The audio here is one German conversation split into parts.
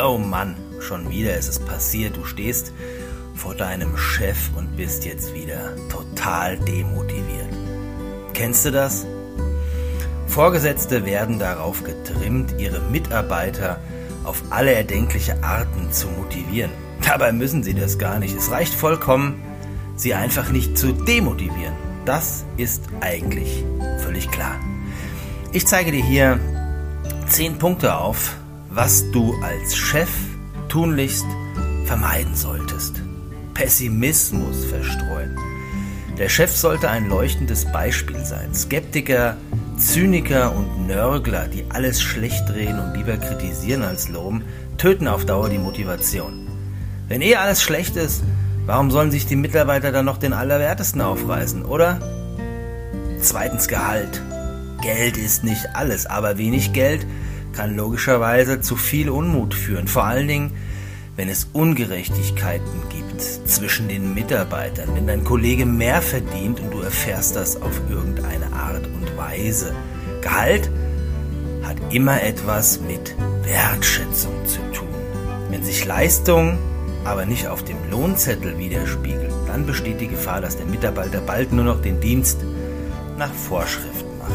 Oh Mann, schon wieder ist es passiert. Du stehst vor deinem Chef und bist jetzt wieder total demotiviert. Kennst du das? Vorgesetzte werden darauf getrimmt, ihre Mitarbeiter auf alle erdenkliche Arten zu motivieren. Dabei müssen sie das gar nicht. Es reicht vollkommen, sie einfach nicht zu demotivieren. Das ist eigentlich völlig klar. Ich zeige dir hier 10 Punkte auf, was du als Chef tunlichst vermeiden solltest. Pessimismus verstreuen. Der Chef sollte ein leuchtendes Beispiel sein. Skeptiker, Zyniker und Nörgler, die alles schlecht drehen und lieber kritisieren als loben, töten auf Dauer die Motivation. Wenn alles schlecht ist, warum sollen sich die Mitarbeiter dann noch den Allerwertesten aufreißen, oder? Zweitens Gehalt. Geld ist nicht alles, aber wenig Geld kann logischerweise zu viel Unmut führen. Vor allen Dingen, wenn es Ungerechtigkeiten gibt zwischen den Mitarbeitern. Wenn dein Kollege mehr verdient und du erfährst das auf irgendeine Art und Weise. Gehalt hat immer etwas mit Wertschätzung zu tun. Wenn sich Leistung aber nicht auf dem Lohnzettel widerspiegelt, dann besteht die Gefahr, dass der Mitarbeiter bald nur noch den Dienst nach Vorschrift macht.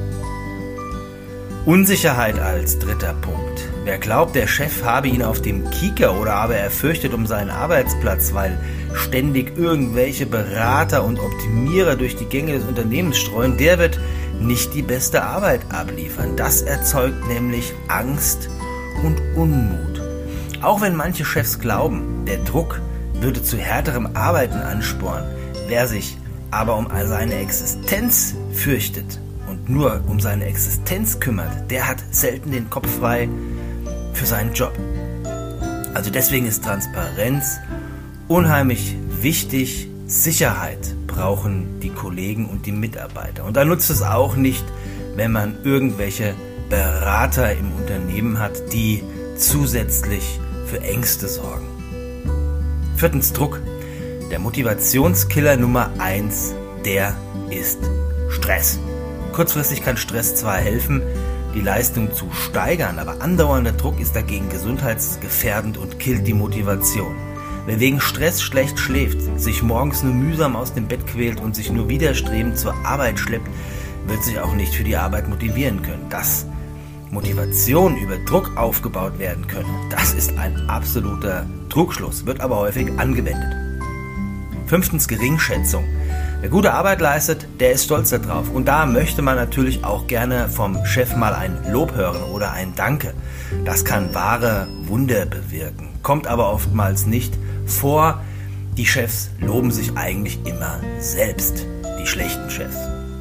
Unsicherheit als dritter Punkt. Wer glaubt, der Chef habe ihn auf dem Kieker oder aber er fürchtet um seinen Arbeitsplatz, weil ständig irgendwelche Berater und Optimierer durch die Gänge des Unternehmens streuen, der wird nicht die beste Arbeit abliefern. Das erzeugt nämlich Angst und Unmut. Auch wenn manche Chefs glauben, der Druck würde zu härterem Arbeiten anspornen, wer sich aber um seine Existenz fürchtet und nur um seine Existenz kümmert, der hat selten den Kopf frei für seinen Job. Also deswegen ist Transparenz unheimlich wichtig. Sicherheit brauchen die Kollegen und die Mitarbeiter. Und da nutzt es auch nicht, wenn man irgendwelche Berater im Unternehmen hat, die zusätzlich für Ängste sorgen. Viertens Druck. Der Motivationskiller Nummer 1, der ist Stress. Kurzfristig kann Stress zwar helfen, die Leistung zu steigern, aber andauernder Druck ist dagegen gesundheitsgefährdend und killt die Motivation. Wer wegen Stress schlecht schläft, sich morgens nur mühsam aus dem Bett quält und sich nur widerstrebend zur Arbeit schleppt, wird sich auch nicht für die Arbeit motivieren können. Dass Motivation über Druck aufgebaut werden könne, das ist ein absoluter Trugschluss, wird aber häufig angewendet. 5. Geringschätzung. Wer gute Arbeit leistet, der ist stolz darauf. Und da möchte man natürlich auch gerne vom Chef mal ein Lob hören oder ein Danke. Das kann wahre Wunder bewirken, kommt aber oftmals nicht vor. Die Chefs loben sich eigentlich immer selbst, die schlechten Chefs.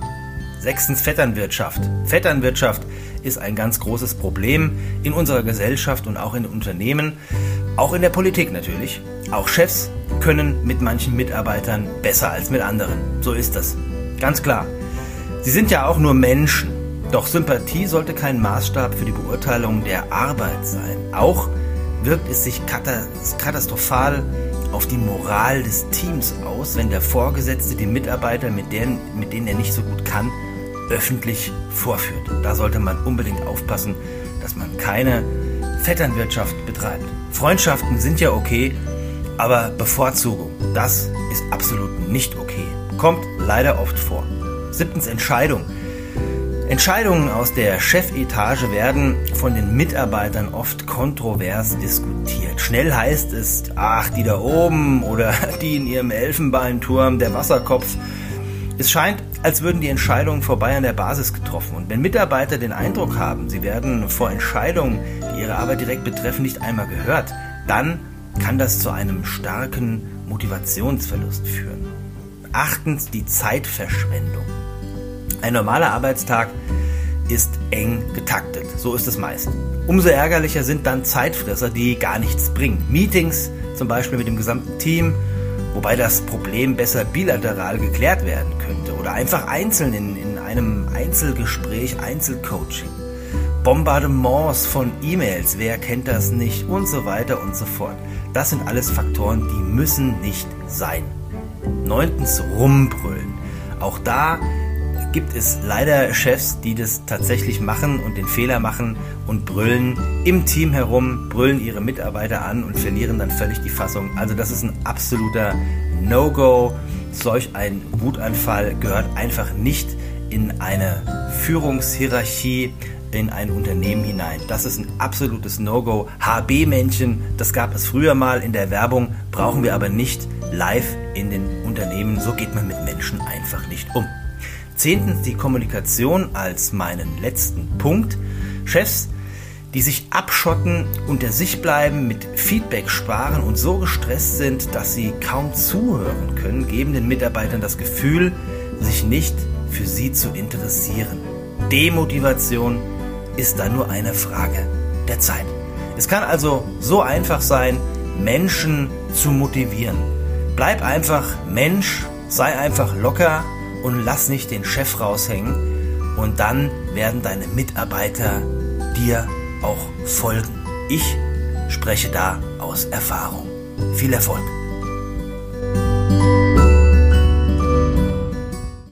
6. Vetternwirtschaft. Vetternwirtschaft ist ein ganz großes Problem in unserer Gesellschaft und auch in Unternehmen, auch in der Politik natürlich. Auch Chefs können mit manchen Mitarbeitern besser als mit anderen. So ist das. Ganz klar. Sie sind ja auch nur Menschen. Doch Sympathie sollte kein Maßstab für die Beurteilung der Arbeit sein. Auch wirkt es sich katastrophal auf die Moral des Teams aus, wenn der Vorgesetzte die Mitarbeiter, mit denen er nicht so gut kann, öffentlich vorführt. Da sollte man unbedingt aufpassen, dass man keine Vetternwirtschaft betreibt. Freundschaften sind ja okay, aber Bevorzugung, das ist absolut nicht okay. Kommt leider oft vor. 7. Entscheidung. Entscheidungen aus der Chefetage werden von den Mitarbeitern oft kontrovers diskutiert. Schnell heißt es, ach, die da oben oder die in ihrem Elfenbeinturm, der Wasserkopf. Es scheint, als würden die Entscheidungen vorbei an der Basis getroffen. Und wenn Mitarbeiter den Eindruck haben, sie werden vor Entscheidungen, die ihre Arbeit direkt betreffen, nicht einmal gehört, dann kann das zu einem starken Motivationsverlust führen. 8. Die Zeitverschwendung. Ein normaler Arbeitstag ist eng getaktet, so ist es meist. Umso ärgerlicher sind dann Zeitfresser, die gar nichts bringen. Meetings, zum Beispiel mit dem gesamten Team, wobei das Problem besser bilateral geklärt werden könnte oder einfach einzeln in einem Einzelgespräch, Einzelcoaching. Bombardements von E-Mails, wer kennt das nicht und so weiter und so fort. Das sind alles Faktoren, die müssen nicht sein. 9. Rumbrüllen. Auch da gibt es leider Chefs, die das tatsächlich machen und den Fehler machen und brüllen im Team herum, brüllen ihre Mitarbeiter an und verlieren dann völlig die Fassung. Also das ist ein absoluter No-Go. Solch ein Wutanfall gehört einfach nicht in eine Führungshierarchie, in ein Unternehmen hinein. Das ist ein absolutes No-Go. HB-Männchen, das gab es früher mal in der Werbung, brauchen wir aber nicht live in den Unternehmen. So geht man mit Menschen einfach nicht um. 10. die Kommunikation als meinen letzten Punkt. Chefs, die sich abschotten, unter sich bleiben, mit Feedback sparen und so gestresst sind, dass sie kaum zuhören können, geben den Mitarbeitern das Gefühl, sich nicht für sie zu interessieren. Demotivation ist dann nur eine Frage der Zeit. Es kann also so einfach sein, Menschen zu motivieren. Bleib einfach Mensch, sei einfach locker und lass nicht den Chef raushängen und dann werden deine Mitarbeiter dir auch folgen. Ich spreche da aus Erfahrung. Viel Erfolg!